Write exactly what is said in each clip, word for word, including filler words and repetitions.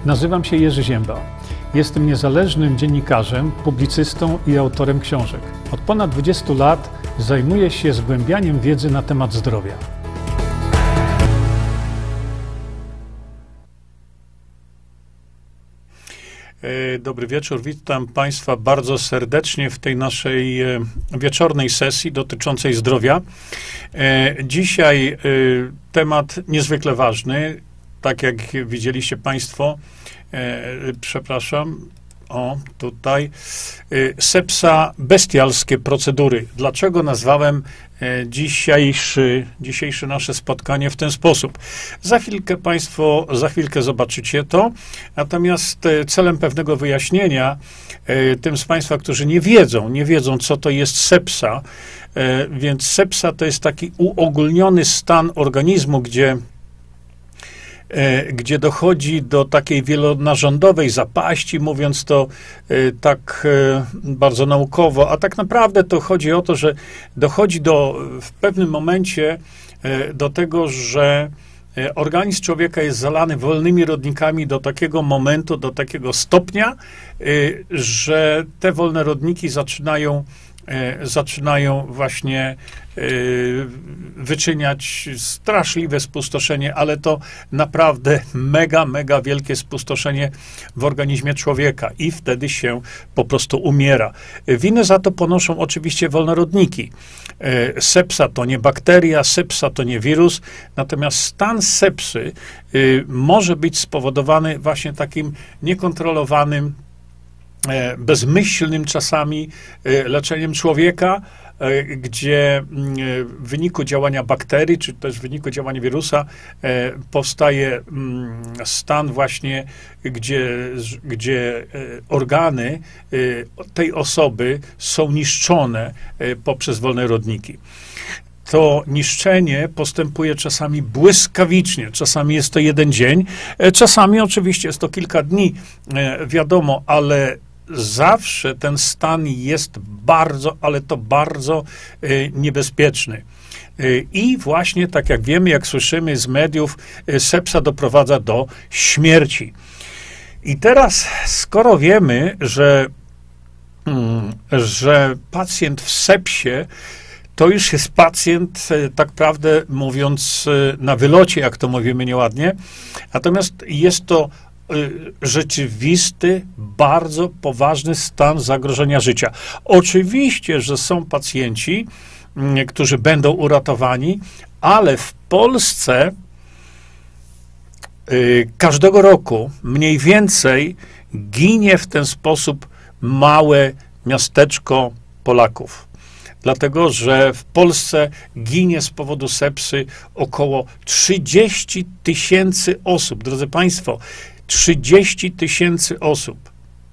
Nazywam się Jerzy Ziemba. Jestem niezależnym dziennikarzem, publicystą i autorem książek. Od ponad dwudziestu lat zajmuję się zgłębianiem wiedzy na temat zdrowia. Dobry wieczór, witam Państwa bardzo serdecznie w tej naszej wieczornej sesji dotyczącej zdrowia. Dzisiaj temat niezwykle ważny, tak jak widzieliście Państwo, przepraszam, o tutaj, sepsa, bestialskie procedury. Dlaczego nazwałem dzisiejszy, dzisiejsze nasze spotkanie w ten sposób? Za chwilkę Państwo, za chwilkę zobaczycie to, natomiast celem pewnego wyjaśnienia tym z Państwa, którzy nie wiedzą, nie wiedzą, co to jest sepsa, więc sepsa to jest taki uogólniony stan organizmu, gdzie gdzie dochodzi do takiej wielonarządowej zapaści, mówiąc to tak bardzo naukowo, a tak naprawdę to chodzi o to, że dochodzi do, w pewnym momencie do tego, że organizm człowieka jest zalany wolnymi rodnikami do takiego momentu, do takiego stopnia, że te wolne rodniki zaczynają zaczynają właśnie wyczyniać straszliwe spustoszenie, ale to naprawdę mega, mega wielkie spustoszenie w organizmie człowieka i wtedy się po prostu umiera. Winę za to ponoszą oczywiście wolnorodniki. Sepsa to nie bakteria, sepsa to nie wirus, natomiast stan sepsy może być spowodowany właśnie takim niekontrolowanym, bezmyślnym czasami leczeniem człowieka, gdzie w wyniku działania bakterii, czy też w wyniku działania wirusa powstaje stan właśnie, gdzie, gdzie organy tej osoby są niszczone poprzez wolne rodniki. To niszczenie postępuje czasami błyskawicznie, czasami jest to jeden dzień, czasami oczywiście jest to kilka dni, wiadomo, ale zawsze ten stan jest bardzo, ale to bardzo niebezpieczny. I właśnie, tak jak wiemy, jak słyszymy z mediów, sepsa doprowadza do śmierci. I teraz, skoro wiemy, że, że pacjent w sepsie to już jest pacjent, tak prawdę mówiąc, na wylocie, jak to mówimy nieładnie, natomiast jest to rzeczywisty, bardzo poważny stan zagrożenia życia. Oczywiście, że są pacjenci, którzy będą uratowani, ale w Polsce każdego roku mniej więcej ginie w ten sposób małe miasteczko Polaków. Dlatego, że w Polsce ginie z powodu sepsy około trzydzieści tysięcy osób. Drodzy Państwo, trzydzieści tysięcy osób.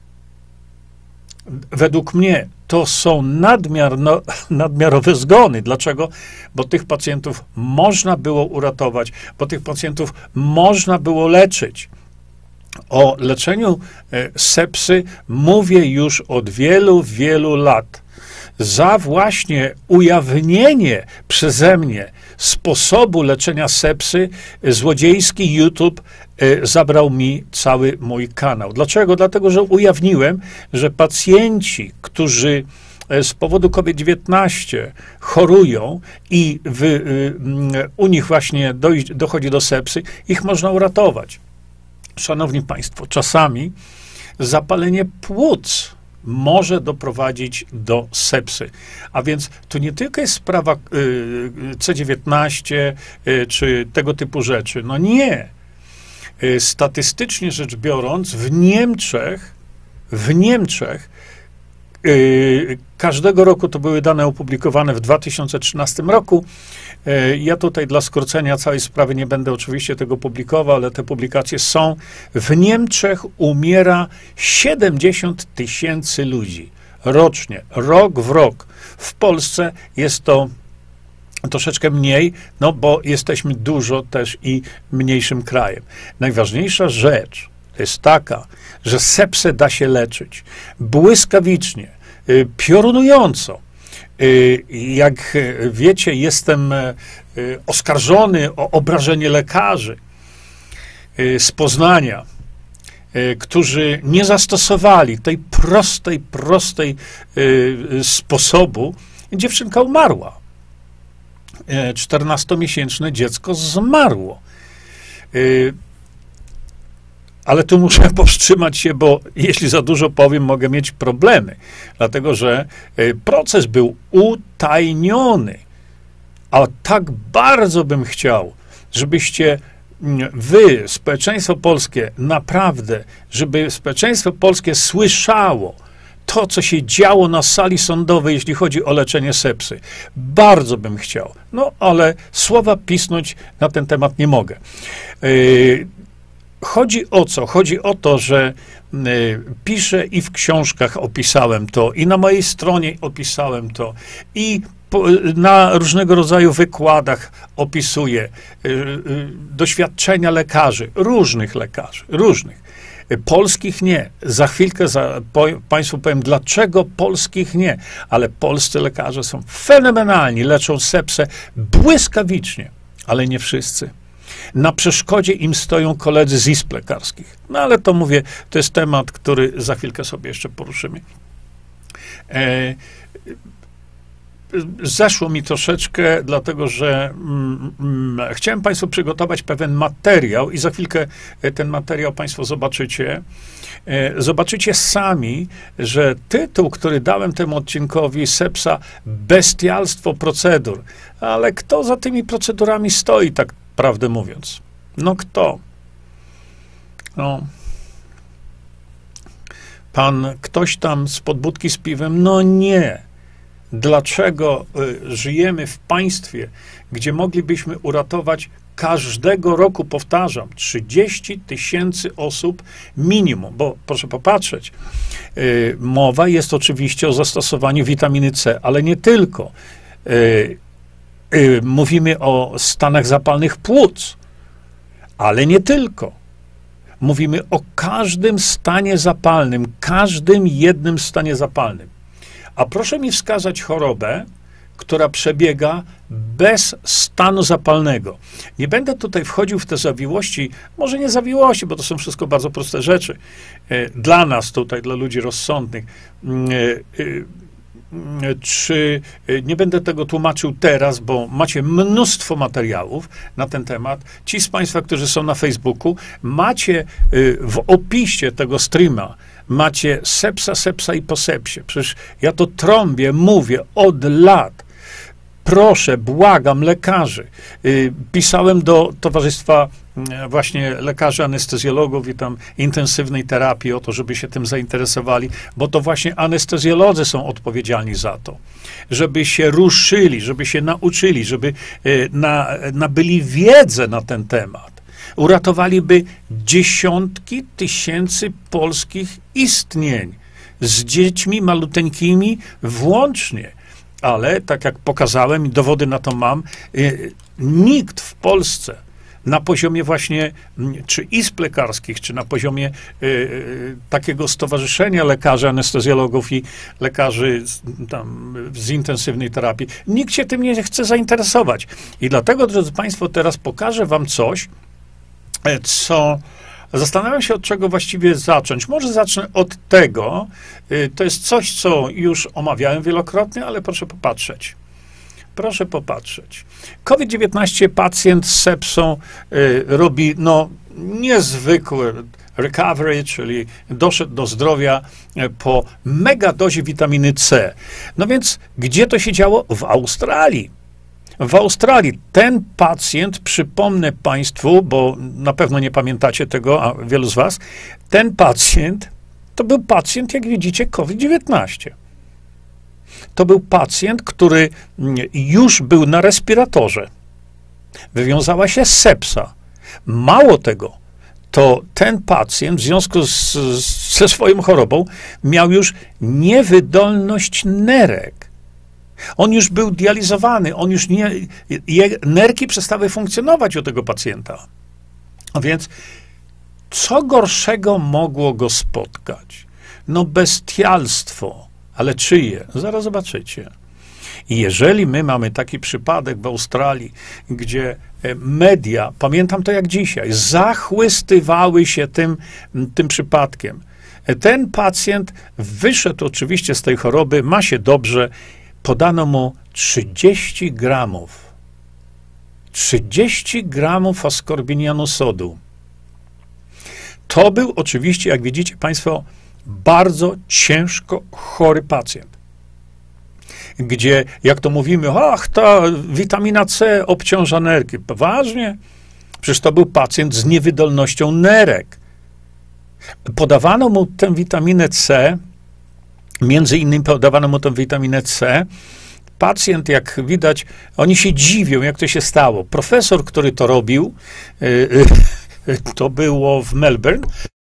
Według mnie to są nadmiarno, nadmiarowe zgony. Dlaczego? Bo tych pacjentów można było uratować, bo tych pacjentów można było leczyć. O leczeniu sepsy mówię już od wielu, wielu lat. Za właśnie ujawnienie przeze mnie sposobu leczenia sepsy złodziejski YouTube zabrał mi cały mój kanał. Dlaczego? Dlatego, że ujawniłem, że pacjenci, którzy z powodu COVID dziewiętnaście chorują i w, u nich właśnie dojść, dochodzi do sepsy, ich można uratować. Szanowni Państwo, czasami zapalenie płuc może doprowadzić do sepsy. A więc tu nie tylko jest sprawa C dziewiętnaście czy tego typu rzeczy. No nie. Statystycznie rzecz biorąc, w Niemczech, w Niemczech każdego roku, to były dane opublikowane w dwa tysiące trzynastym roku. Ja tutaj dla skrócenia całej sprawy nie będę oczywiście tego publikował, ale te publikacje są. W Niemczech umiera siedemdziesiąt tysięcy ludzi rocznie, rok w rok. W Polsce jest to troszeczkę mniej, no bo jesteśmy dużo też i mniejszym krajem. Najważniejsza rzecz jest taka, że sepsę da się leczyć błyskawicznie, piorunująco. Jak wiecie, jestem oskarżony o obrażenie lekarzy z Poznania. którzy nie zastosowali tej prostej, prostej sposobu, dziewczynka umarła. czternastomiesięczne dziecko zmarło. Ale tu muszę powstrzymać się, bo jeśli za dużo powiem, mogę mieć problemy. Dlatego, że proces był utajniony. A tak bardzo bym chciał, żebyście wy, społeczeństwo polskie, naprawdę, żeby społeczeństwo polskie słyszało to, co się działo na sali sądowej, jeśli chodzi o leczenie sepsy. Bardzo bym chciał. No, ale słowa pisnąć na ten temat nie mogę. Yy, Chodzi o co? Chodzi o to, że y, piszę i w książkach opisałem to, i na mojej stronie opisałem to, i po, na różnego rodzaju wykładach opisuję y, y, doświadczenia lekarzy, różnych lekarzy, różnych. Polskich nie. Za chwilkę za, po, Państwu powiem, dlaczego polskich nie. Ale polscy lekarze są fenomenalni, leczą sepsę błyskawicznie, ale nie wszyscy. Na przeszkodzie im stoją koledzy z izb lekarskich. No ale to mówię, to jest temat, który za chwilkę sobie jeszcze poruszymy. E, zeszło mi troszeczkę, dlatego że mm, mm, chciałem Państwu przygotować pewien materiał i za chwilkę ten materiał Państwo zobaczycie. E, zobaczycie sami, że tytuł, który dałem temu odcinkowi, sepsa, bestialstwo procedur. Ale kto za tymi procedurami stoi, tak prawdę mówiąc? No kto? No, pan ktoś tam z podbudki z piwem? No nie. Dlaczego y, żyjemy w państwie, gdzie moglibyśmy uratować każdego roku, powtarzam, trzydzieści tysięcy osób minimum, bo proszę popatrzeć, y, mowa jest oczywiście o zastosowaniu witaminy C, ale nie tylko. Y, y, mówimy o stanach zapalnych płuc, ale nie tylko. Mówimy o każdym stanie zapalnym, każdym jednym stanie zapalnym. A proszę mi wskazać chorobę, która przebiega bez stanu zapalnego. Nie będę tutaj wchodził w te zawiłości, może nie zawiłości, bo to są wszystko bardzo proste rzeczy. Dla nas tutaj, dla ludzi rozsądnych, czy nie będę tego tłumaczył teraz, bo macie mnóstwo materiałów na ten temat. Ci z Państwa, którzy są na Facebooku, macie w opisie tego streama, macie sepsa, sepsa i po sepsie. Przecież ja to trąbię, mówię od lat. Proszę, błagam lekarzy. Pisałem do Towarzystwa właśnie lekarzy anestezjologów i tam intensywnej terapii o to, żeby się tym zainteresowali, bo to właśnie anestezjolodzy są odpowiedzialni za to, żeby się ruszyli, żeby się nauczyli, żeby na, nabyli wiedzę na ten temat. Uratowaliby dziesiątki tysięcy polskich istnień z dziećmi maluteńkimi włącznie. Ale, tak jak pokazałem, dowody na to mam, nikt w Polsce na poziomie właśnie czy izb lekarskich, czy na poziomie y, takiego stowarzyszenia lekarzy, anestezjologów i lekarzy z, tam, z intensywnej terapii, nikt się tym nie chce zainteresować. I dlatego, drodzy Państwo, teraz pokażę Wam coś, co zastanawiam się, od czego właściwie zacząć. Może zacznę od tego, to jest coś, co już omawiałem wielokrotnie, ale proszę popatrzeć. Proszę popatrzeć. COVID dziewiętnaście pacjent z sepsą y, robi, no, niezwykły recovery, czyli doszedł do zdrowia po megadozie witaminy C. No więc, gdzie to się działo? W Australii. W Australii ten pacjent, przypomnę Państwu, bo na pewno nie pamiętacie tego, a wielu z Was, ten pacjent to był pacjent, jak widzicie, COVID dziewiętnaście. To był pacjent, który już był na respiratorze. Wywiązała się sepsa. Mało tego, to ten pacjent w związku z, ze swoją chorobą miał już niewydolność nerek. On już był dializowany, on już nie, je, nerki przestały funkcjonować u tego pacjenta. A więc co gorszego mogło go spotkać? No bestialstwo. Ale czyje? Zaraz zobaczycie. I jeżeli my mamy taki przypadek w Australii, gdzie media, pamiętam to jak dzisiaj, zachłystywały się tym, tym przypadkiem. Ten pacjent wyszedł oczywiście z tej choroby, ma się dobrze, podano mu trzydzieści gramów. trzydzieści gramów askorbinianu sodu. To był oczywiście, jak widzicie państwo, bardzo ciężko chory pacjent. Gdzie, jak to mówimy, ach, ta witamina C obciąża nerki. Poważnie? Przecież to był pacjent z niewydolnością nerek. Podawano mu tę witaminę C, między innymi podawano mu tę witaminę C. Pacjent, jak widać, oni się dziwią, jak to się stało. Profesor, który to robił, to było w Melbourne,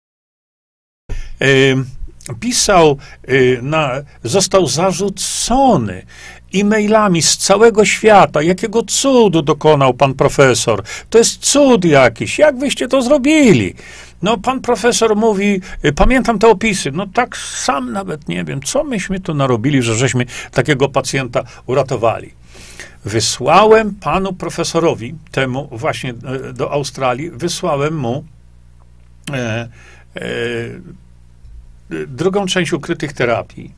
pisał, na, został zarzucony e-mailami z całego świata, jakiego cudu dokonał pan profesor. To jest cud jakiś, jak wyście to zrobili? No, pan profesor mówi, pamiętam te opisy, no tak sam nawet nie wiem, co myśmy tu narobili, że żeśmy takiego pacjenta uratowali. Wysłałem panu profesorowi, temu właśnie do Australii, wysłałem mu e, e, drugą część ukrytych terapii,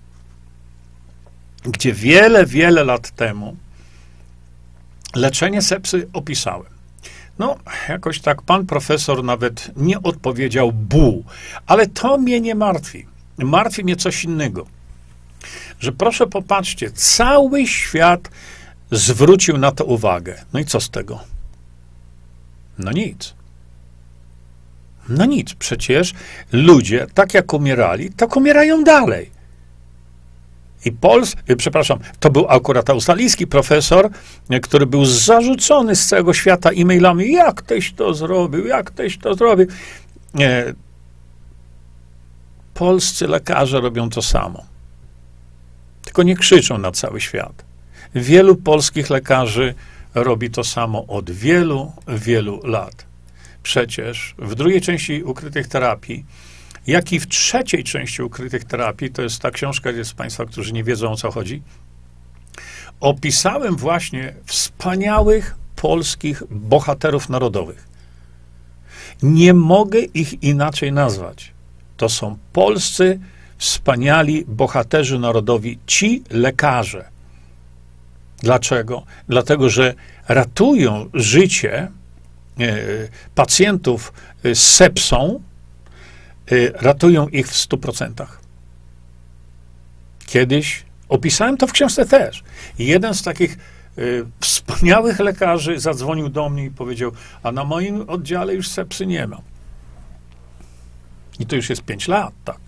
gdzie wiele, wiele lat temu leczenie sepsy opisałem. No, jakoś tak pan profesor nawet nie odpowiedział bu, ale to mnie nie martwi. Martwi mnie coś innego. Że proszę popatrzcie, cały świat zwrócił na to uwagę. No i co z tego? No nic. No nic, przecież ludzie, tak jak umierali, tak umierają dalej. I Pols, przepraszam, to był akurat australijski profesor, który był zarzucony z całego świata e-mailami, jak tyś to zrobił, jak tyś to zrobił. Nie. Polscy lekarze robią to samo. Tylko nie krzyczą na cały świat. Wielu polskich lekarzy robi to samo od wielu, wielu lat. Przecież w drugiej części ukrytych terapii, jak i w trzeciej części ukrytych terapii, to jest ta książka, jest z państwa, którzy nie wiedzą, o co chodzi, opisałem właśnie wspaniałych polskich bohaterów narodowych. Nie mogę ich inaczej nazwać. To są polscy wspaniali bohaterzy narodowi, ci lekarze. Dlaczego? Dlatego, że ratują życie e, pacjentów z sepsą, ratują ich w stu procentach. Kiedyś, opisałem to w książce też, jeden z takich y, wspaniałych lekarzy zadzwonił do mnie i powiedział, a na moim oddziale już sepsy nie ma. I to już jest pięć lat, tak.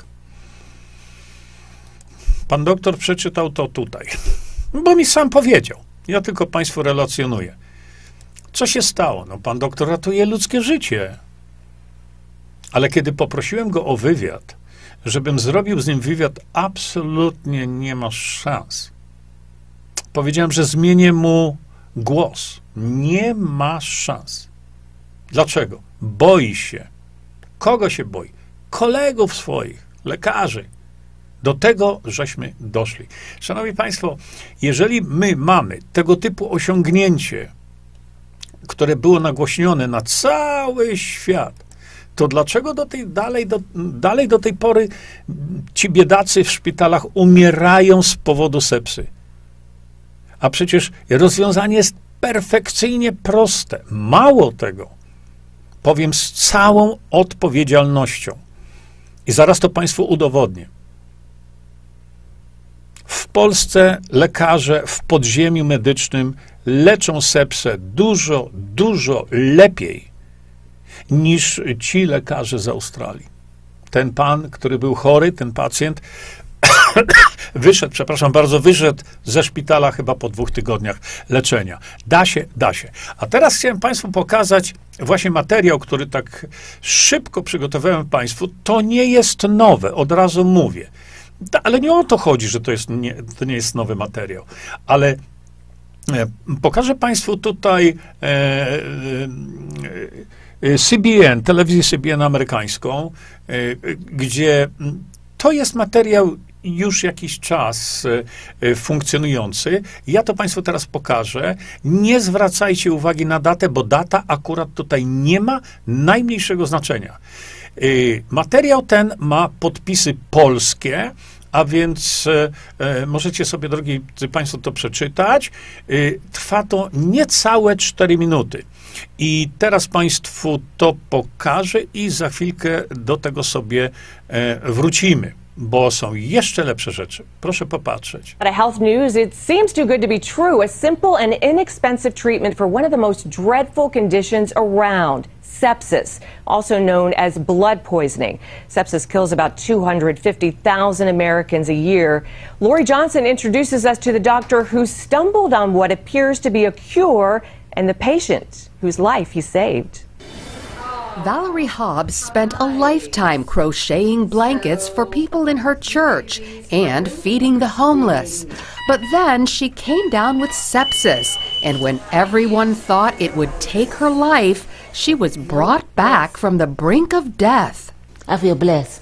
Pan doktor przeczytał to tutaj, bo mi sam powiedział. Ja tylko państwu relacjonuję. Co się stało? No, pan doktor ratuje ludzkie życie. Ale kiedy poprosiłem go o wywiad, żebym zrobił z nim wywiad, absolutnie nie ma szans. Powiedziałem, że zmienię mu głos. Nie ma szans. Dlaczego? Boi się. Kogo się boi? Kolegów swoich, lekarzy. Do tego żeśmy doszli. Szanowni państwo, jeżeli my mamy tego typu osiągnięcie, które było nagłośnione na cały świat, to dlaczego do tej, dalej, do, dalej do tej pory ci biedacy w szpitalach umierają z powodu sepsy? A przecież rozwiązanie jest perfekcyjnie proste. Mało tego, powiem z całą odpowiedzialnością. I zaraz to państwu udowodnię. W Polsce lekarze w podziemiu medycznym leczą sepsę dużo, dużo lepiej niż ci lekarze z Australii. Ten pan, który był chory, ten pacjent, wyszedł, przepraszam bardzo, wyszedł ze szpitala chyba po dwóch tygodniach leczenia. Da się, da się. A teraz chciałem państwu pokazać właśnie materiał, który tak szybko przygotowałem państwu. To nie jest nowe, od razu mówię. Da, ale nie o to chodzi, że to, jest nie, to nie jest nowy materiał. Ale e, pokażę państwu tutaj e, e, C B N, telewizję C B N amerykańską, e, gdzie to jest materiał już jakiś czas funkcjonujący. Ja to Państwu teraz pokażę. Nie zwracajcie uwagi na datę, bo data akurat tutaj nie ma najmniejszego znaczenia. Materiał ten ma podpisy polskie, a więc e, możecie sobie, drogi Państwo, to przeczytać. E, trwa to niecałe cztery minuty. I teraz Państwu to pokażę i za chwilkę do tego sobie e, wrócimy, bo są jeszcze lepsze rzeczy. Proszę popatrzeć. At health news, it seems too good to be true. A simple and inexpensive treatment for one of the most dreadful conditions around. Sepsis, also known as blood poisoning. Sepsis kills about two hundred fifty thousand Americans a year. Lori Johnson introduces us to the doctor who stumbled on what appears to be a cure and the patient whose life he saved. Valerie Hobbs spent a lifetime crocheting blankets for people in her church and feeding the homeless. But then she came down with sepsis, and when everyone thought it would take her life, she was brought back from the brink of death. I feel blessed.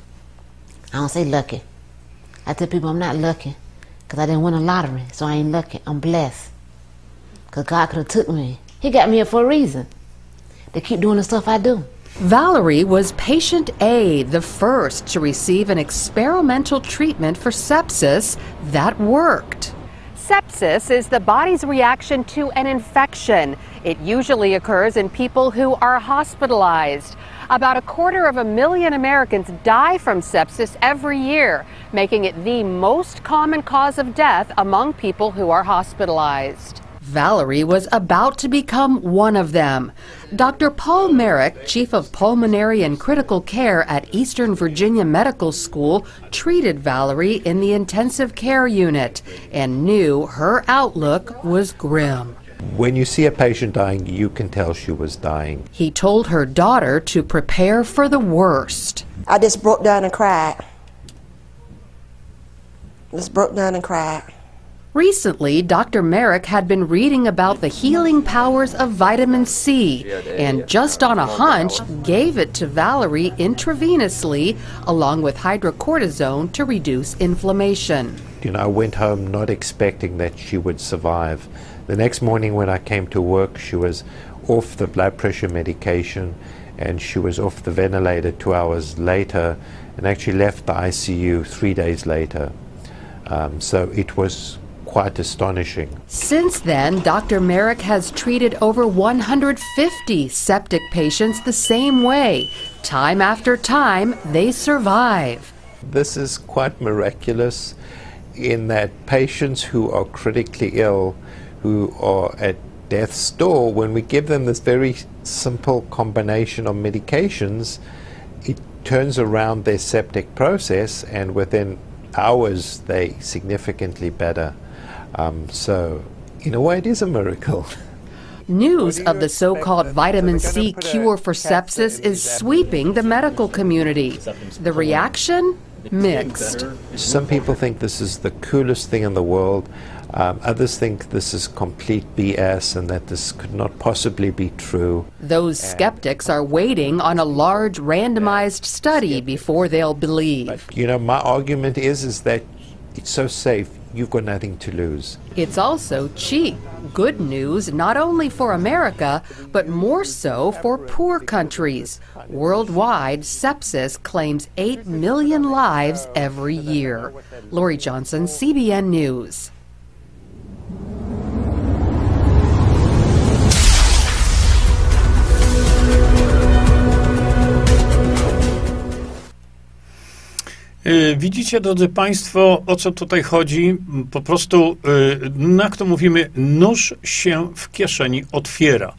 I don't say lucky. I tell people I'm not lucky because I didn't win a lottery, so I ain't lucky. I'm blessed because God could have took me. He got me here for a reason. To keep doing the stuff I do. Valerie was patient A, the first to receive an experimental treatment for sepsis that worked. Sepsis is the body's reaction to an infection. It usually occurs in people who are hospitalized. About a quarter of a million Americans die from sepsis every year, making it the most common cause of death among people who are hospitalized. Valerie was about to become one of them. Doctor Paul Merrick, chief of pulmonary and critical care at Eastern Virginia Medical School, treated Valerie in the intensive care unit and knew her outlook was grim. When you see a patient dying, you can tell she was dying. He told her daughter to prepare for the worst. I just broke down and cried. Just broke down and cried. Recently, Doctor Merrick had been reading about the healing powers of vitamin C and just on a hunch gave it to Valerie intravenously along with hydrocortisone to reduce inflammation. You know, I went home not expecting that she would survive. The next morning when I came to work, she was off the blood pressure medication and she was off the ventilator two hours later and actually left the I C U three days later. Um, so it was quite astonishing. Since then, Doctor Merrick has treated over one hundred fifty septic patients the same way. Time after time, they survive. This is quite miraculous in that patients who are critically ill, who are at death's door, when we give them this very simple combination of medications, it turns around their septic process and within hours they significantly better. Um, so, in a way, it is a miracle. News of the so-called vitamin C cure for sepsis is sweeping the medical community. The reaction? Mixed. Some people think this is the coolest thing in the world. Um, others think this is complete B S and that this could not possibly be true. Those skeptics are waiting on a large randomized study before they'll believe. You know, my argument is, is that it's so safe. You've got nothing to lose. It's also cheap. Good news not only for America, but more so for poor countries. Worldwide, sepsis claims eight million lives every year. Lori Johnson, C B N News. Widzicie, drodzy Państwo, o co tutaj chodzi? Po prostu, no jak to mówimy, nóż się w kieszeni otwiera.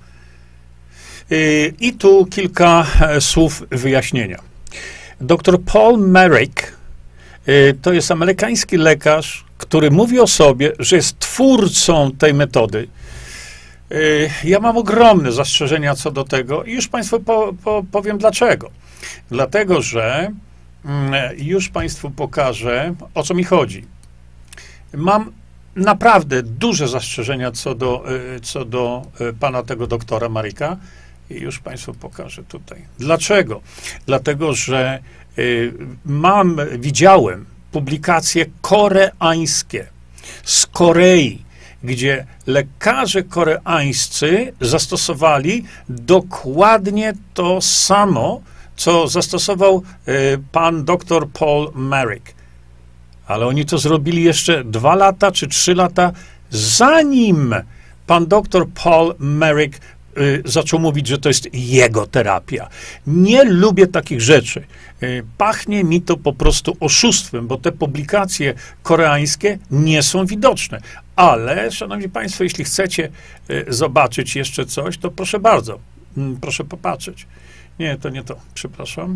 I tu kilka słów wyjaśnienia. Doktor Paul Merrick to jest amerykański lekarz, który mówi o sobie, że jest twórcą tej metody. Ja mam ogromne zastrzeżenia co do tego i już Państwu po, po, powiem dlaczego. Dlatego, że już Państwu pokażę, o co mi chodzi. Mam naprawdę duże zastrzeżenia co do, co do pana tego doktora Merricka i już Państwu pokażę tutaj. Dlaczego? Dlatego, że mam, widziałem publikacje koreańskie z Korei, gdzie lekarze koreańscy zastosowali dokładnie to samo, co zastosował y, pan dr Paul Marik. Ale oni to zrobili jeszcze dwa lata czy trzy lata, zanim pan dr Paul Marik y, zaczął mówić, że to jest jego terapia. Nie lubię takich rzeczy. Y, pachnie mi to po prostu oszustwem, bo te publikacje koreańskie nie są widoczne. Ale, szanowni państwo, jeśli chcecie y, zobaczyć jeszcze coś, to proszę bardzo, y, proszę popatrzeć. Nie, to nie to, przepraszam.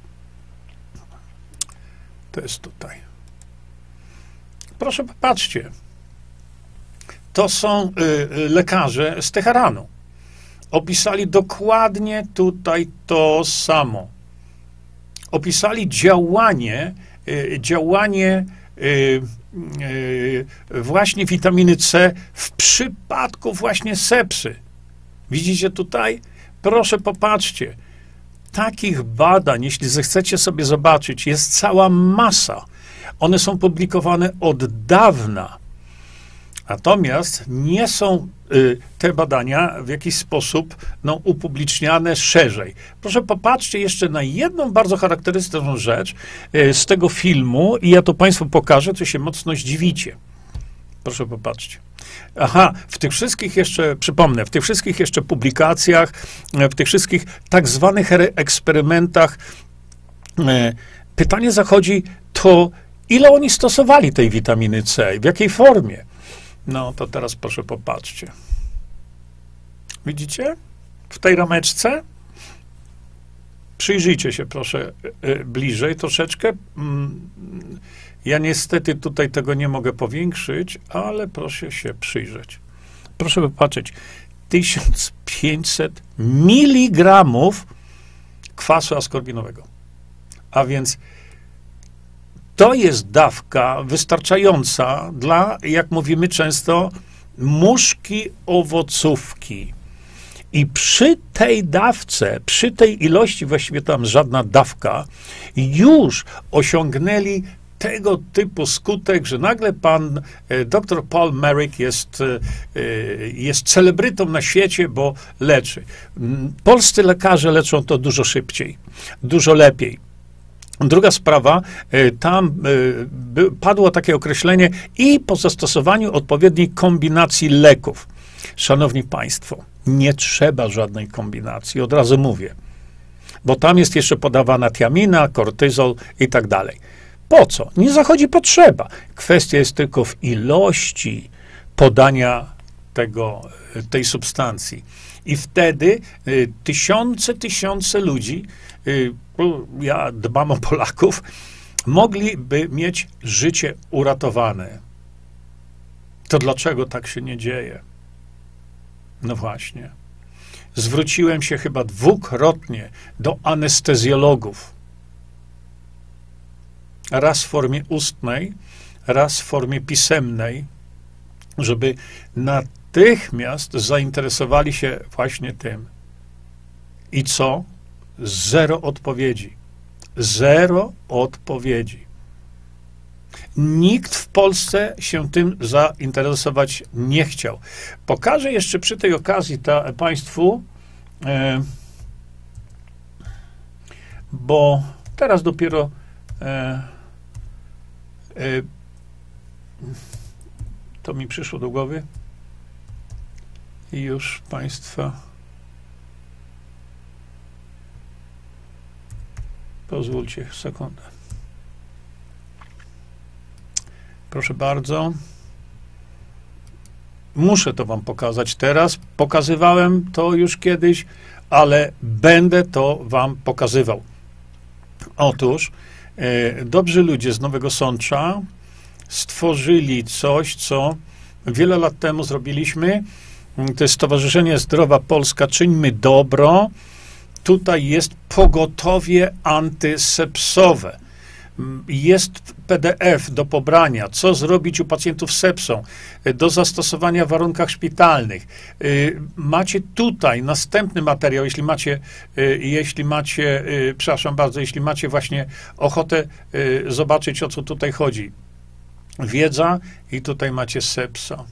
To jest tutaj. Proszę popatrzcie. To są y, y, lekarze z Teheranu. Opisali dokładnie tutaj to samo. Opisali działanie, y, działanie y, y, właśnie witaminy C w przypadku właśnie sepsy. Widzicie tutaj? Proszę popatrzcie. Takich badań, jeśli zechcecie sobie zobaczyć, jest cała masa. One są publikowane od dawna. Natomiast nie są y, te badania w jakiś sposób no, upubliczniane szerzej. Proszę popatrzcie jeszcze na jedną bardzo charakterystyczną rzecz y, z tego filmu i ja to państwu pokażę, co się mocno zdziwicie. Proszę popatrzcie. Aha, w tych wszystkich jeszcze, przypomnę, w tych wszystkich jeszcze publikacjach, w tych wszystkich tak zwanych eksperymentach y, pytanie zachodzi, to ile oni stosowali tej witaminy C i w jakiej formie? No, to teraz proszę popatrzcie. Widzicie? W tej rameczce? Przyjrzyjcie się proszę bliżej troszeczkę. Ja niestety tutaj tego nie mogę powiększyć, ale proszę się przyjrzeć. Proszę popatrzeć. tysiąc pięćset miligramów kwasu askorbinowego. A więc to jest dawka wystarczająca dla, jak mówimy często, muszki owocówki. I przy tej dawce, przy tej ilości, właściwie tam żadna dawka, już osiągnęli tego typu skutek, że nagle pan dr Paul Marik jest, jest celebrytą na świecie, bo leczy. Polscy lekarze leczą to dużo szybciej, dużo lepiej. Druga sprawa, tam padło takie określenie i po zastosowaniu odpowiedniej kombinacji leków. Szanowni państwo, nie trzeba żadnej kombinacji, od razu mówię, bo tam jest jeszcze podawana tiamina, kortyzol i tak dalej. Po co? Nie zachodzi potrzeba. Kwestia jest tylko w ilości podania tego, tej substancji. I wtedy y, tysiące, tysiące ludzi, y, ja dbam o Polaków, mogliby mieć życie uratowane. To dlaczego tak się nie dzieje? No właśnie. Zwróciłem się chyba dwukrotnie do anestezjologów. Raz w formie ustnej, raz w formie pisemnej, żeby natychmiast zainteresowali się właśnie tym. I co? Zero odpowiedzi. Zero odpowiedzi. Nikt w Polsce się tym zainteresować nie chciał. Pokażę jeszcze przy tej okazji ta, państwu, e, bo teraz dopiero e, e, to mi przyszło do głowy i już państwa pozwólcie sekundę. Proszę bardzo. Muszę to wam pokazać teraz. Pokazywałem to już kiedyś, ale będę to wam pokazywał. Otóż e, dobrzy ludzie z Nowego Sącza stworzyli coś, co wiele lat temu zrobiliśmy. To jest Stowarzyszenie Zdrowa Polska Czyńmy Dobro. Tutaj jest pogotowie antysepsowe. Jest P D F do pobrania, co zrobić u pacjentów z sepsą, do zastosowania w warunkach szpitalnych. Macie tutaj następny materiał, jeśli macie, jeśli macie, przepraszam bardzo, jeśli macie właśnie ochotę zobaczyć, o co tutaj chodzi. Wiedza i tutaj macie sepsa.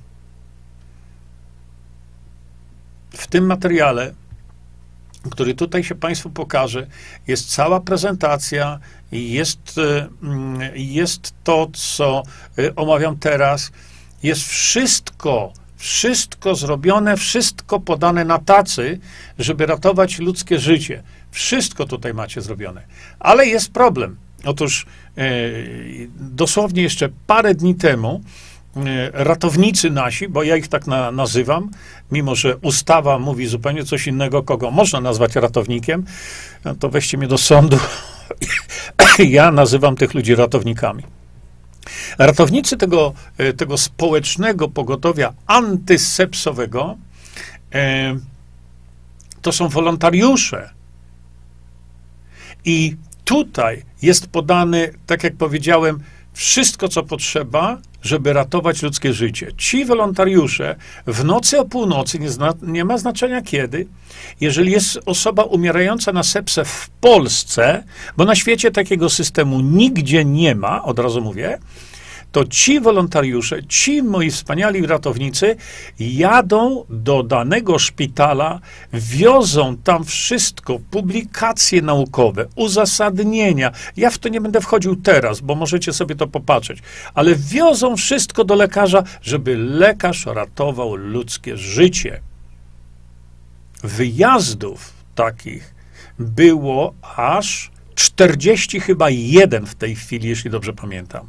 W tym materiale, który tutaj się Państwu pokaże, jest cała prezentacja, jest, jest to, co omawiam teraz, jest wszystko, wszystko zrobione, wszystko podane na tacy, żeby ratować ludzkie życie. Wszystko tutaj macie zrobione. Ale jest problem. Otóż dosłownie jeszcze parę dni temu ratownicy nasi, bo ja ich tak na, nazywam, mimo że ustawa mówi zupełnie coś innego, kogo można nazwać ratownikiem, no to weźcie mnie do sądu. Ja nazywam tych ludzi ratownikami. Ratownicy tego, tego społecznego pogotowia antysepsowego e, to są wolontariusze. I tutaj jest podane, tak jak powiedziałem, wszystko, co potrzeba, żeby ratować ludzkie życie. Ci wolontariusze w nocy o północy, nie, zna, nie ma znaczenia kiedy, jeżeli jest osoba umierająca na sepsę w Polsce, bo na świecie takiego systemu nigdzie nie ma, od razu mówię, to ci wolontariusze, ci moi wspaniali ratownicy jadą do danego szpitala, wiozą tam wszystko, publikacje naukowe, uzasadnienia. Ja w to nie będę wchodził teraz, bo możecie sobie to popatrzeć, ale wiozą wszystko do lekarza, żeby lekarz ratował ludzkie życie. Wyjazdów takich było aż czterdzieści chyba jeden w tej chwili, jeśli dobrze pamiętam.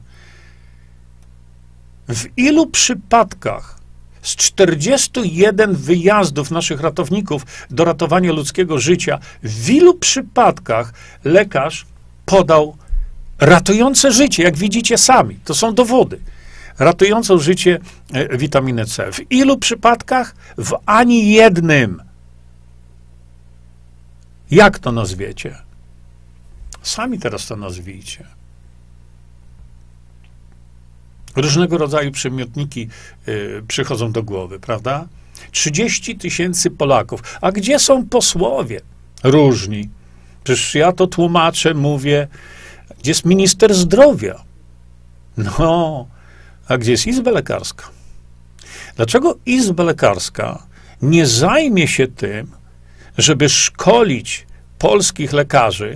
W ilu przypadkach z czterdziestu jeden wyjazdów naszych ratowników do ratowania ludzkiego życia, w ilu przypadkach lekarz podał ratujące życie, jak widzicie sami, to są dowody, ratującą życie e, witaminę C. W ilu przypadkach? W ani jednym. Jak to nazwiecie? Sami teraz to nazwijcie. Różnego rodzaju przymiotniki y, przychodzą do głowy, prawda? trzydzieści tysięcy Polaków. A gdzie są posłowie? Różni. Przecież ja to tłumaczę, mówię, gdzie jest minister zdrowia? No, a gdzie jest Izba Lekarska? Dlaczego Izba Lekarska nie zajmie się tym, żeby szkolić polskich lekarzy,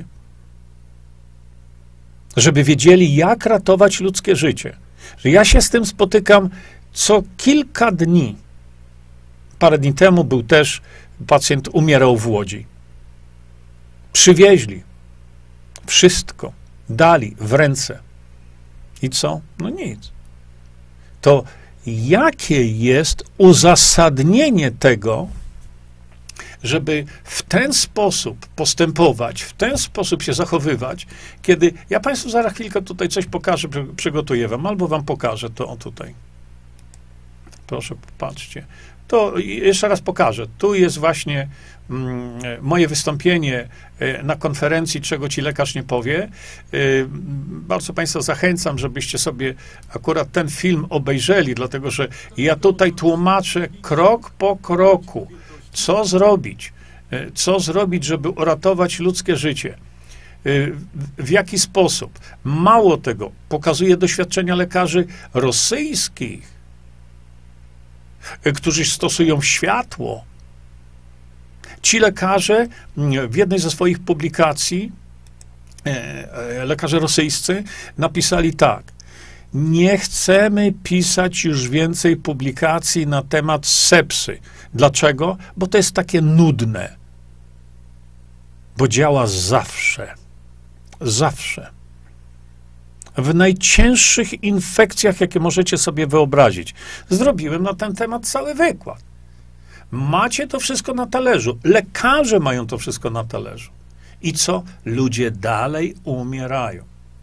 żeby wiedzieli, jak ratować ludzkie życie? Że ja się z tym spotykam co kilka dni. Parę dni temu był też pacjent, umierał w Łodzi. Przywieźli wszystko, dali w ręce. I co? No nic. To jakie jest uzasadnienie tego, żeby w ten sposób postępować, w ten sposób się zachowywać, kiedy ja Państwu zaraz chwilkę tutaj coś pokażę, przygotuję Wam, albo Wam pokażę to o tutaj. Proszę, patrzcie. To jeszcze raz pokażę. Tu jest właśnie mm, moje wystąpienie na konferencji, czego Ci lekarz nie powie. Y, bardzo Państwa zachęcam, żebyście sobie akurat ten film obejrzeli, dlatego że ja tutaj tłumaczę krok po kroku, co zrobić, co zrobić, żeby uratować ludzkie życie. W jaki sposób? Mało tego, pokazuje doświadczenia lekarzy rosyjskich, którzy stosują światło. Ci lekarze w jednej ze swoich publikacji, lekarze rosyjscy, napisali tak: nie chcemy pisać już więcej publikacji na temat sepsy. Dlaczego? Bo to jest takie nudne. Bo działa zawsze. Zawsze. W najcięższych infekcjach, jakie możecie sobie wyobrazić. Zrobiłem na ten temat cały wykład. Macie to wszystko na talerzu. Lekarze mają to wszystko na talerzu. I co? Ludzie dalej umierają.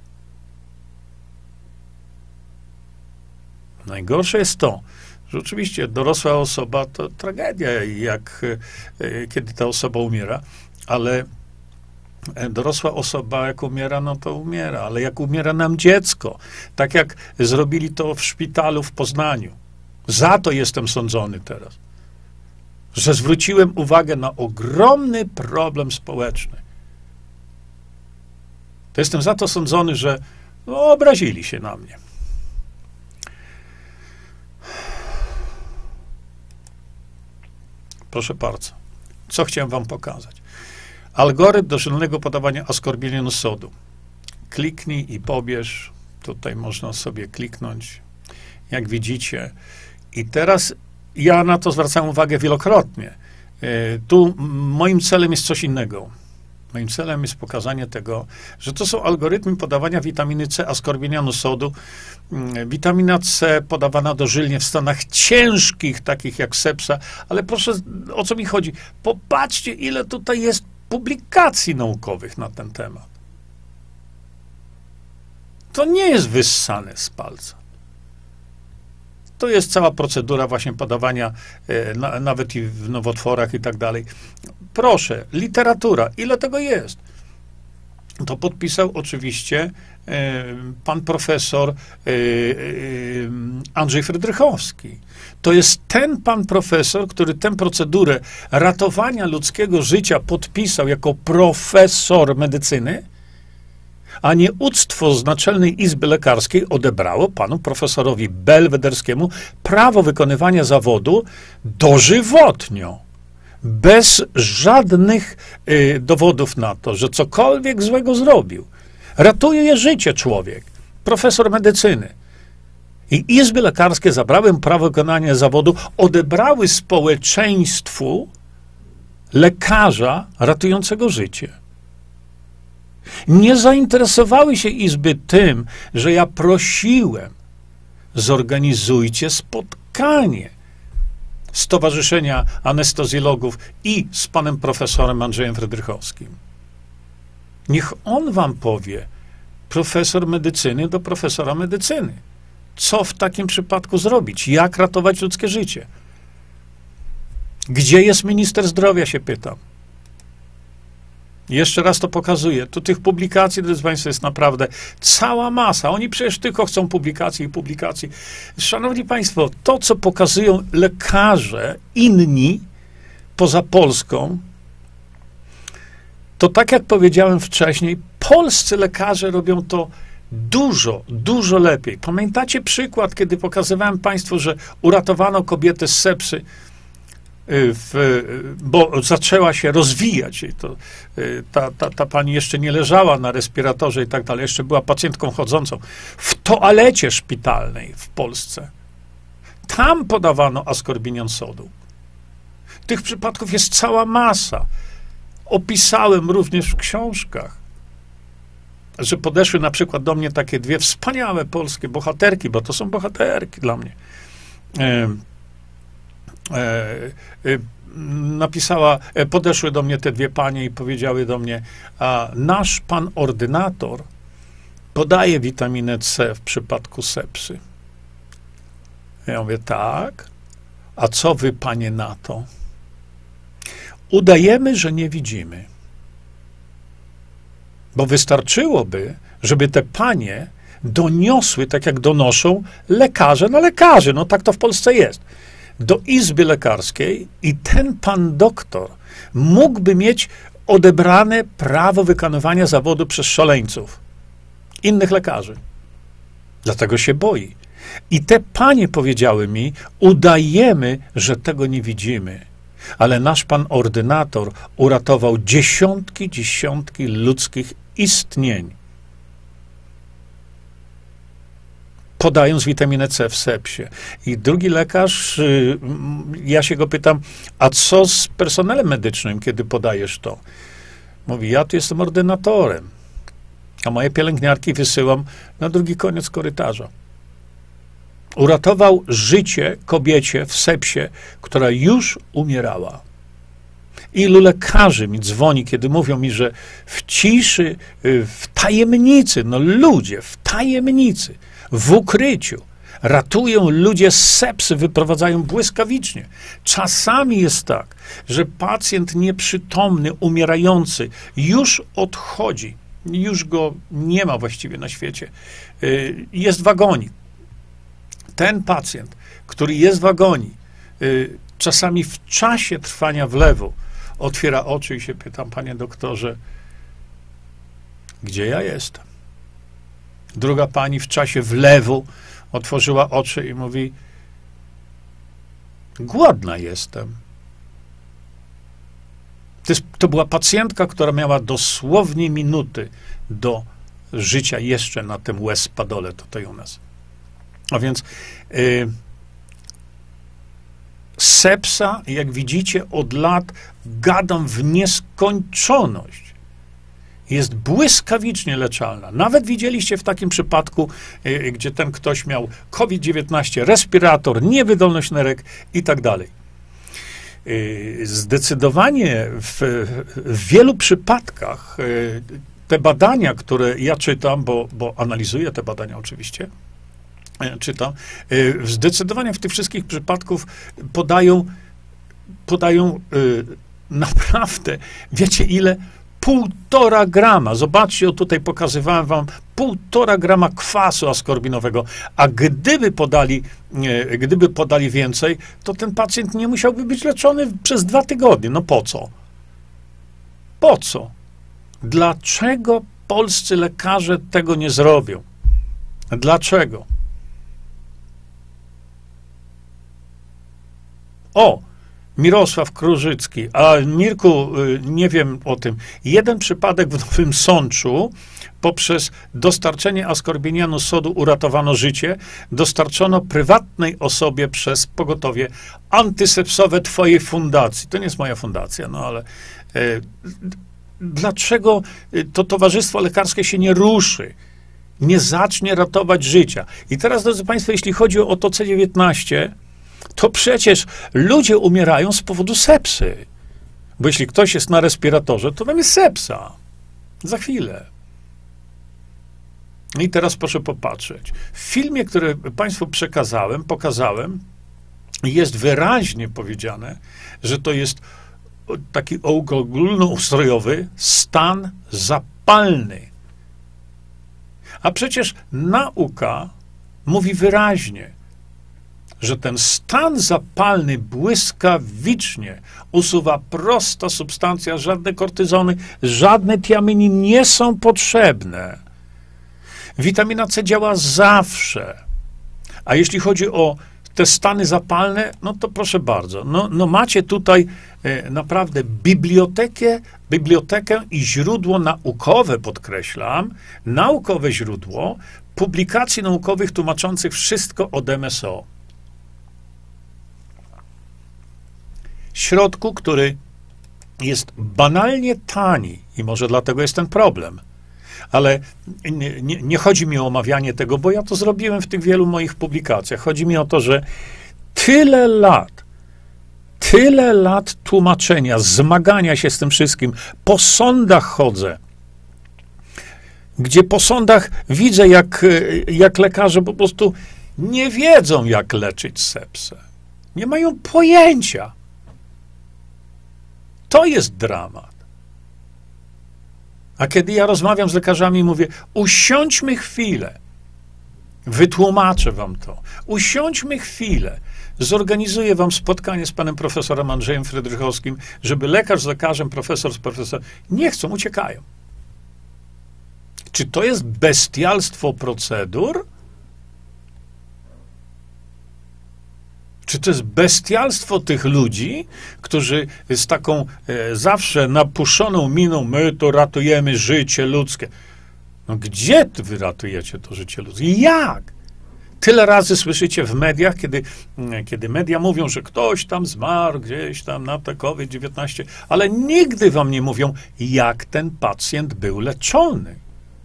Najgorsze jest to, że oczywiście dorosła osoba to tragedia, jak kiedy ta osoba umiera, ale Dorosła osoba, jak umiera, no to umiera, ale jak umiera nam dziecko, tak jak zrobili to w szpitalu w Poznaniu, za to jestem sądzony teraz, że zwróciłem uwagę na ogromny problem społeczny. To jestem za to sądzony, że no, obrazili się na mnie. Proszę bardzo, co chciałem wam pokazać? Algorytm dożylnego podawania askorbinionu sodu. Kliknij i pobierz. Tutaj można sobie kliknąć, jak widzicie. I teraz ja na to zwracałem uwagę wielokrotnie. Tu moim celem jest coś innego. Moim celem jest pokazanie tego, że to są algorytmy podawania witaminy C, askorbinianu sodu. Witamina C podawana dożylnie w stanach ciężkich, takich jak sepsa. Ale proszę, o co mi chodzi? Popatrzcie, ile tutaj jest publikacji naukowych na ten temat. To nie jest wyssane z palca. To jest cała procedura właśnie podawania, e, na, nawet i w nowotworach i tak dalej. Proszę, literatura, ile tego jest? To podpisał oczywiście e, pan profesor e, e, Andrzej Frydrychowski. To jest ten pan profesor, który tę procedurę ratowania ludzkiego życia podpisał jako profesor medycyny, a nie uctwo z Naczelnej Izby Lekarskiej odebrało panu profesorowi Belwederskiemu prawo wykonywania zawodu dożywotnio. Bez żadnych y, dowodów na to, że cokolwiek złego zrobił. Ratuje je życie człowiek. Profesor medycyny. I izby lekarskie zabrały mu prawo wykonania zawodu, odebrały społeczeństwu lekarza ratującego życie. Nie zainteresowały się izby tym, że ja prosiłem, zorganizujcie spotkanie Stowarzyszenia Anestezjologów i z panem profesorem Andrzejem Frydrychowskim. Niech on wam powie, profesor medycyny do profesora medycyny, co w takim przypadku zrobić, jak ratować ludzkie życie. Gdzie jest minister zdrowia, się pytam. Jeszcze raz to pokazuję. Tu tych publikacji, drodzy państwo, jest naprawdę cała masa. Oni przecież tylko chcą publikacji i publikacji. Szanowni państwo, to, co pokazują lekarze inni poza Polską, to tak jak powiedziałem wcześniej, polscy lekarze robią to dużo, dużo lepiej. Pamiętacie przykład, kiedy pokazywałem państwu, że uratowano kobietę z sepsy, W, bo zaczęła się rozwijać. To, ta, ta, ta pani jeszcze nie leżała na respiratorze i tak dalej, jeszcze była pacjentką chodzącą w toalecie szpitalnej w Polsce. Tam podawano askorbinion sodu. Tych przypadków jest cała masa. Opisałem również w książkach, że podeszły na przykład do mnie takie dwie wspaniałe polskie bohaterki, bo to są bohaterki dla mnie. E, e, napisała, e, podeszły do mnie te dwie panie i powiedziały do mnie, a nasz pan ordynator podaje witaminę C w przypadku sepsy. Ja mówię, tak, a co wy, panie, na to? Udajemy, że nie widzimy. Bo wystarczyłoby, żeby te panie doniosły, tak jak donoszą lekarze na lekarzy. No tak to w Polsce jest. Do izby lekarskiej i ten pan doktor mógłby mieć odebrane prawo wykonywania zawodu przez szaleńców, innych lekarzy. Dlatego się boi. I te panie powiedziały mi, udajemy, że tego nie widzimy. Ale nasz pan ordynator uratował dziesiątki, dziesiątki ludzkich istnień, podając witaminę C w sepsie. I drugi lekarz, ja się go pytam, a co z personelem medycznym, kiedy podajesz to? Mówi, ja tu jestem ordynatorem, a moje pielęgniarki wysyłam na drugi koniec korytarza. Uratował życie kobiecie w sepsie, która już umierała. Ilu lekarzy mi dzwoni, kiedy mówią mi, że w ciszy, w tajemnicy, no ludzie, w tajemnicy, w ukryciu, Ratują ludzie z sepsy, wyprowadzają błyskawicznie. Czasami jest tak, że pacjent nieprzytomny, umierający już odchodzi, już go nie ma właściwie na świecie. Jest w agonii. Ten pacjent, który jest w agonii, czasami w czasie trwania wlewu otwiera oczy i się pytam, panie doktorze, gdzie ja jestem? Druga pani w czasie wlewu otworzyła oczy i mówi, głodna jestem. To, jest, to była pacjentka, która miała dosłownie minuty do życia jeszcze na tym łez spadole tutaj u nas. A więc yy, sepsa, jak widzicie, od lat gadam w nieskończoność. Jest błyskawicznie leczalna. Nawet widzieliście w takim przypadku, yy, gdzie ten ktoś miał COVID dziewiętnaście, respirator, niewydolność nerek i tak dalej. Yy, zdecydowanie w, w wielu przypadkach yy, te badania, które ja czytam, bo, bo analizuję te badania oczywiście, czytam, zdecydowanie w tych wszystkich przypadków podają, podają yy, naprawdę, wiecie ile? Półtora grama. Zobaczcie, o tutaj pokazywałem wam półtora grama kwasu askorbinowego, a gdyby podali, yy, gdyby podali więcej, to ten pacjent nie musiałby być leczony przez dwa tygodnie. No po co? Po co? Dlaczego polscy lekarze tego nie zrobią? Dlaczego? O, Mirosław Krużycki, a Mirku, nie wiem o tym. Jeden przypadek w Nowym Sączu, poprzez dostarczenie askorbinianu sodu uratowano życie, dostarczono prywatnej osobie przez pogotowie antysepsowe twojej fundacji. To nie jest moja fundacja, no ale e, dlaczego to towarzystwo lekarskie się nie ruszy? Nie zacznie ratować życia. I teraz, drodzy państwo, jeśli chodzi o to C dziewiętnaście, to przecież ludzie umierają z powodu sepsy. Bo jeśli ktoś jest na respiratorze, to tam jest sepsa. Za chwilę. I teraz proszę popatrzeć. W filmie, który państwu przekazałem, pokazałem, jest wyraźnie powiedziane, że to jest taki ogólnoustrojowy stan zapalny. A przecież nauka mówi wyraźnie, że ten stan zapalny błyskawicznie usuwa prosta substancja, żadne kortyzony, żadne tiaminy nie są potrzebne. Witamina C działa zawsze. A jeśli chodzi o te stany zapalne, no to proszę bardzo, no, no macie tutaj e, naprawdę bibliotekę, bibliotekę i źródło naukowe, podkreślam, naukowe źródło publikacji naukowych tłumaczących wszystko od M S O. Środku, który jest banalnie tani i może dlatego jest ten problem. Ale nie, nie, nie chodzi mi o omawianie tego, bo ja to zrobiłem w tych wielu moich publikacjach. Chodzi mi o to, że tyle lat, tyle lat tłumaczenia, zmagania się z tym wszystkim, po sądach chodzę, gdzie po sądach widzę, jak, jak lekarze po prostu nie wiedzą, jak leczyć sepsę. Nie mają pojęcia. To jest dramat. A kiedy ja rozmawiam z lekarzami i mówię, usiądźmy chwilę, wytłumaczę wam to, usiądźmy chwilę, zorganizuję wam spotkanie z panem profesorem Andrzejem Frydrychowskim, żeby lekarz z lekarzem, profesor z profesorem, nie chcą, uciekają. Czy to jest bestialstwo procedur? Czy to jest bestialstwo tych ludzi, którzy z taką e, zawsze napuszoną miną, my to ratujemy życie ludzkie. No gdzie wy ratujecie to życie ludzkie? Jak? Tyle razy słyszycie w mediach, kiedy, kiedy media mówią, że ktoś tam zmarł gdzieś tam na te COVID dziewiętnaście, ale nigdy wam nie mówią, jak ten pacjent był leczony.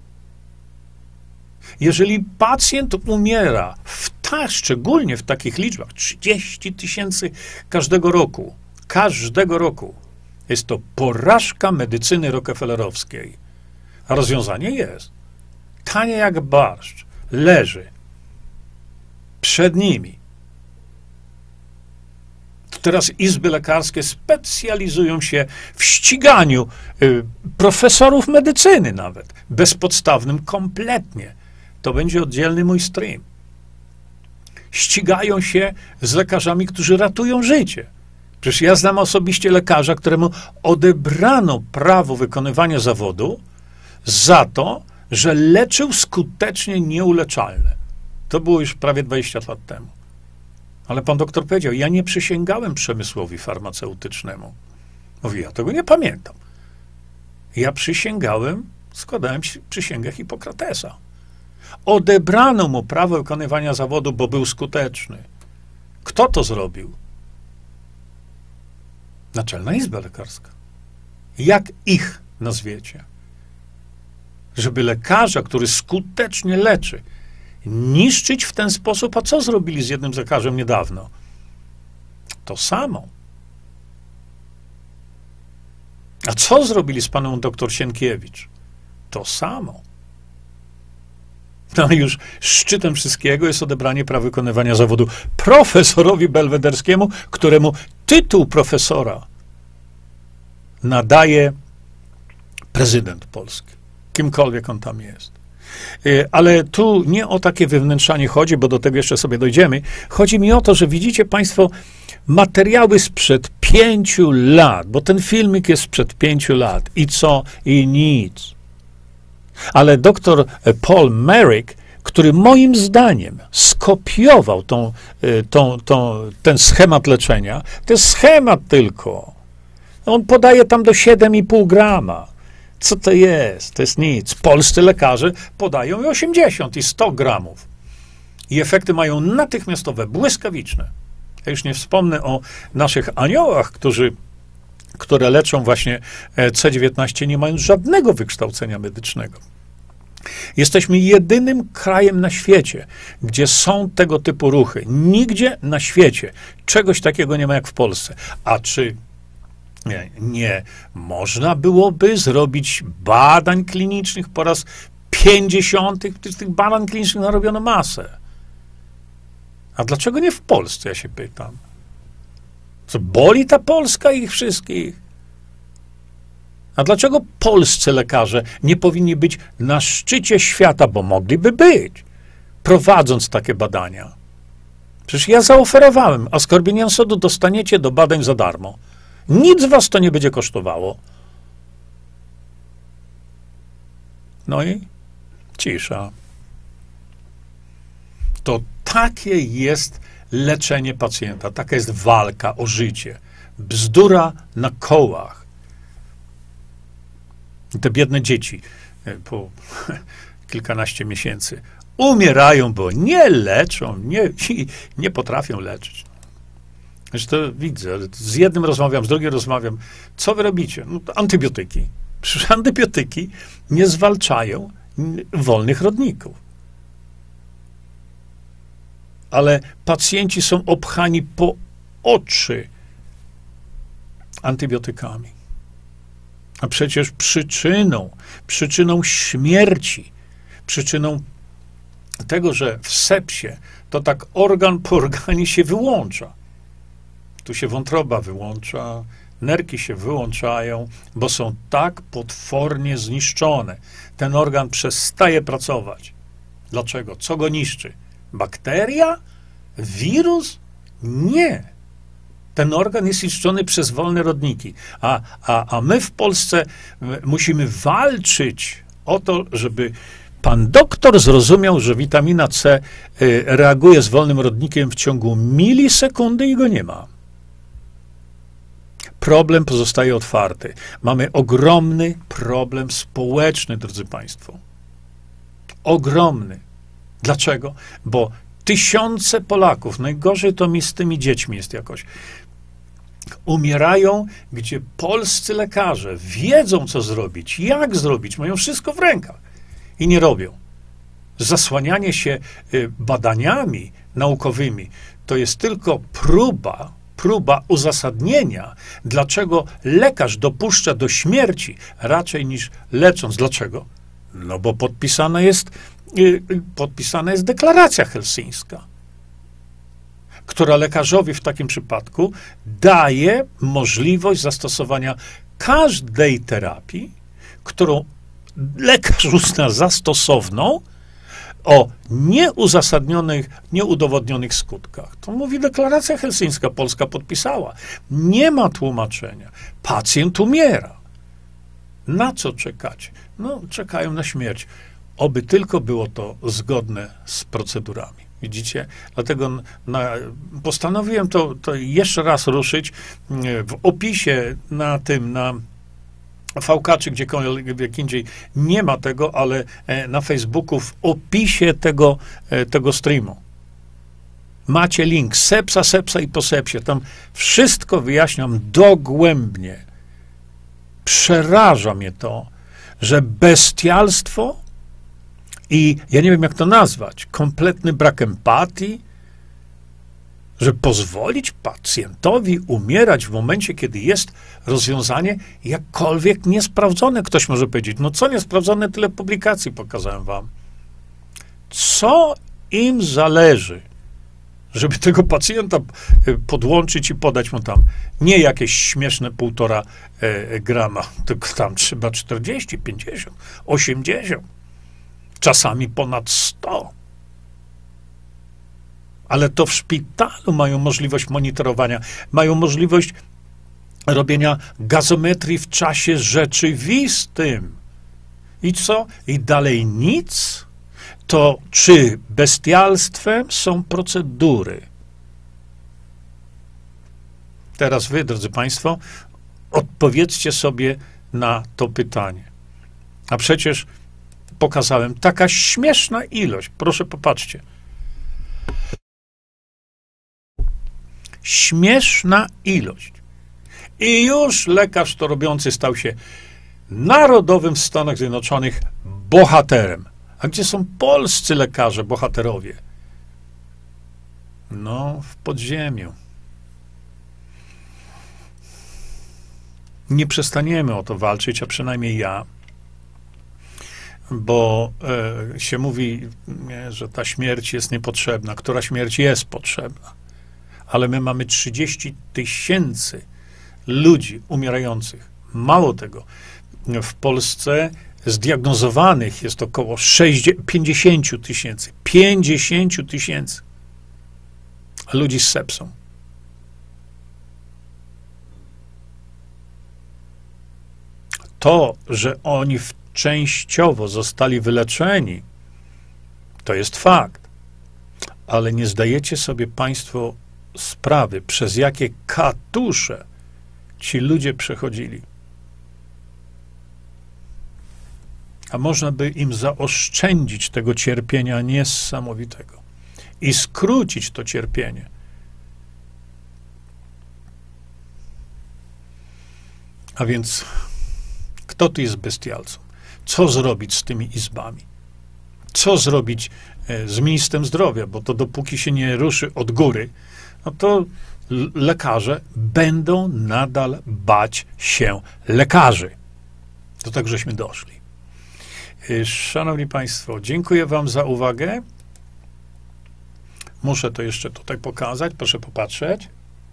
Jeżeli pacjent umiera, w ta, szczególnie w takich liczbach, trzydzieści tysięcy każdego roku, każdego roku, jest to porażka medycyny rockefellerowskiej. A rozwiązanie jest. Tanie jak barszcz, leży. przed nimi. Teraz izby lekarskie specjalizują się w ściganiu y, profesorów medycyny nawet, bezpodstawnym kompletnie. To będzie oddzielny mój stream. Ścigają się z lekarzami, którzy ratują życie. Przecież ja znam osobiście lekarza, któremu odebrano prawo wykonywania zawodu za to, że leczył skutecznie nieuleczalne. To było już prawie dwadzieścia lat temu. Ale pan doktor powiedział, ja nie przysięgałem przemysłowi farmaceutycznemu. Mówi, ja tego nie pamiętam. Ja przysięgałem, składałem przysięgę Hipokratesa. Odebrano mu prawo wykonywania zawodu, bo był skuteczny. Kto to zrobił? Naczelna Izba Lekarska. Jak ich nazwiecie? Żeby lekarza, który skutecznie leczy, niszczyć w ten sposób, a co zrobili z jednym lekarzem niedawno? To samo. A co zrobili z panem doktor Sienkiewicz? To samo. No i już szczytem wszystkiego jest odebranie prawa wykonywania zawodu profesorowi belwederskiemu, któremu tytuł profesora nadaje prezydent Polski. Kimkolwiek on tam jest. Ale tu nie o takie wywnętrzanie chodzi, bo do tego jeszcze sobie dojdziemy. Chodzi mi o to, że widzicie państwo materiały sprzed pięciu lat, bo ten filmik jest sprzed pięciu lat. I co? I nic. Ale doktor Paul Marik, który moim zdaniem skopiował tą, tą, tą, ten schemat leczenia, to jest schemat tylko. On podaje tam do siedem i pół grama. Co to jest? To jest nic. Polscy lekarze podają i osiemdziesiąt i sto gramów. I efekty mają natychmiastowe, błyskawiczne. Ja już nie wspomnę o naszych aniołach, którzy, które leczą właśnie C dziewiętnaście, nie mając żadnego wykształcenia medycznego. Jesteśmy jedynym krajem na świecie, gdzie są tego typu ruchy. Nigdzie na świecie czegoś takiego nie ma jak w Polsce. A czy Nie, nie. Można byłoby zrobić badań klinicznych po raz pięćdziesiąty. Tych badań klinicznych narobiono masę. A dlaczego nie w Polsce, ja się pytam? Co, boli ta Polska ich wszystkich? A dlaczego polscy lekarze nie powinni być na szczycie świata, bo mogliby być, prowadząc takie badania? Przecież ja zaoferowałem, a Skorbienian Sodu dostaniecie do badań za darmo. Nic was to nie będzie kosztowało. No i cisza. To takie jest leczenie pacjenta, taka jest walka o życie. Bzdura na kołach. I te biedne dzieci po kilkanaście miesięcy umierają, bo nie leczą, nie, nie potrafią leczyć. Zresztą widzę, z jednym rozmawiam, z drugim rozmawiam. Co wy robicie? No, antybiotyki. Przecież antybiotyki nie zwalczają wolnych rodników. Ale pacjenci są obchani po oczy antybiotykami. A przecież przyczyną, przyczyną śmierci, przyczyną tego, że w sepsie to tak organ po organie się wyłącza. Tu się wątroba wyłącza, nerki się wyłączają, bo są tak potwornie zniszczone. Ten organ przestaje pracować. Dlaczego? Co go niszczy? Bakteria? Wirus? Nie. Ten organ jest niszczony przez wolne rodniki. A, a, a my w Polsce musimy walczyć o to, żeby pan doktor zrozumiał, że witamina C reaguje z wolnym rodnikiem w ciągu milisekundy i go nie ma. Problem pozostaje otwarty. Mamy ogromny problem społeczny, drodzy państwo. Ogromny. Dlaczego? Bo tysiące Polaków, najgorzej to mi z tymi dziećmi jest jakoś, umierają, gdzie polscy lekarze wiedzą, co zrobić, jak zrobić, mają wszystko w rękach i nie robią. Zasłanianie się badaniami naukowymi to jest tylko próba, próba uzasadnienia, dlaczego lekarz dopuszcza do śmierci raczej niż lecząc. Dlaczego? No bo podpisana jest, podpisana jest deklaracja helsińska. która lekarzowi w takim przypadku daje możliwość zastosowania każdej terapii, którą lekarz uzna za stosowną, o nieuzasadnionych, nieudowodnionych skutkach. To mówi deklaracja helsińska, Polska podpisała. Nie ma tłumaczenia. Pacjent umiera. Na co czekać? No, czekają na śmierć. Oby tylko było to zgodne z procedurami. Widzicie? Dlatego na, postanowiłem to, to jeszcze raz ruszyć. W opisie na tym, na V K czy gdziekolwiek indziej nie ma tego, ale na Facebooku w opisie tego, tego streamu macie link sepsa, sepsa i po sepsie. Tam wszystko wyjaśniam dogłębnie. Przeraża mnie to, że bestialstwo i ja nie wiem, jak to nazwać, kompletny brak empatii, że pozwolić pacjentowi umierać w momencie, kiedy jest rozwiązanie jakkolwiek niesprawdzone. Ktoś może powiedzieć, no co niesprawdzone, tyle publikacji pokazałem wam. Co im zależy, żeby tego pacjenta podłączyć i podać mu tam nie jakieś śmieszne półtora e, grama, tylko tam trzeba czterdzieści, pięćdziesiąt, osiemdziesiąt, czasami ponad sto. Ale to w szpitalu mają możliwość monitorowania, mają możliwość robienia gazometrii w czasie rzeczywistym. I co? I dalej nic? To czy bestialstwem są procedury? Teraz wy, drodzy państwo, odpowiedzcie sobie na to pytanie. A przecież pokazałem taka śmieszna ilość. Proszę, popatrzcie. Śmieszna ilość. I już lekarz to robiący stał się narodowym w Stanach Zjednoczonych bohaterem. A gdzie są polscy lekarze, bohaterowie? No, w podziemiu. Nie przestaniemy o to walczyć, a przynajmniej ja, bo e, się mówi, nie, że ta śmierć jest niepotrzebna. Która śmierć jest potrzebna? Ale my mamy trzydzieści tysięcy ludzi umierających. Mało tego, w Polsce zdiagnozowanych jest około pięćdziesiąt tysięcy. pięćdziesiąt tysięcy ludzi z sepsą. To, że oni w, częściowo zostali wyleczeni, to jest fakt. Ale nie zdajecie sobie państwo sprawy, przez jakie katusze ci ludzie przechodzili. A można by im zaoszczędzić tego cierpienia niesamowitego i skrócić to cierpienie. A więc kto tu jest bestialcą? Co zrobić z tymi izbami? Co zrobić z ministrem zdrowia? Bo to dopóki się nie ruszy od góry, no to lekarze będą nadal bać się lekarzy. Do tego żeśmy doszli. Szanowni państwo, dziękuję wam za uwagę. Muszę to jeszcze tutaj pokazać. Proszę popatrzeć.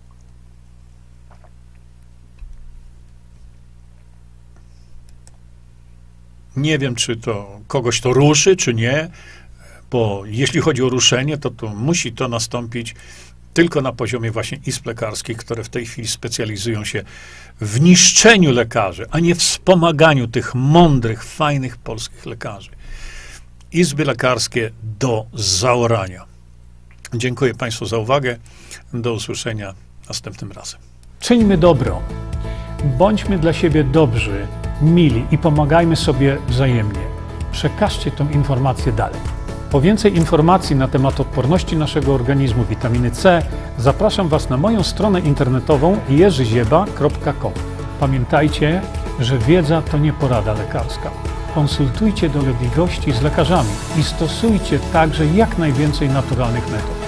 Nie wiem, czy to kogoś to ruszy, czy nie, bo jeśli chodzi o ruszenie, to, to musi to nastąpić tylko na poziomie właśnie izb lekarskich, które w tej chwili specjalizują się w niszczeniu lekarzy, a nie wspomaganiu tych mądrych, fajnych polskich lekarzy. Izby lekarskie do zaorania. Dziękuję państwu za uwagę. Do usłyszenia następnym razem. Czyńmy dobro. Bądźmy dla siebie dobrzy, mili i pomagajmy sobie wzajemnie. Przekażcie tę informację dalej. Po więcej informacji na temat odporności naszego organizmu witaminy C zapraszam Was na moją stronę internetową jerzy zieba kropka com. Pamiętajcie, że wiedza to nie porada lekarska. Konsultujcie dolegliwości z lekarzami i stosujcie także jak najwięcej naturalnych metod.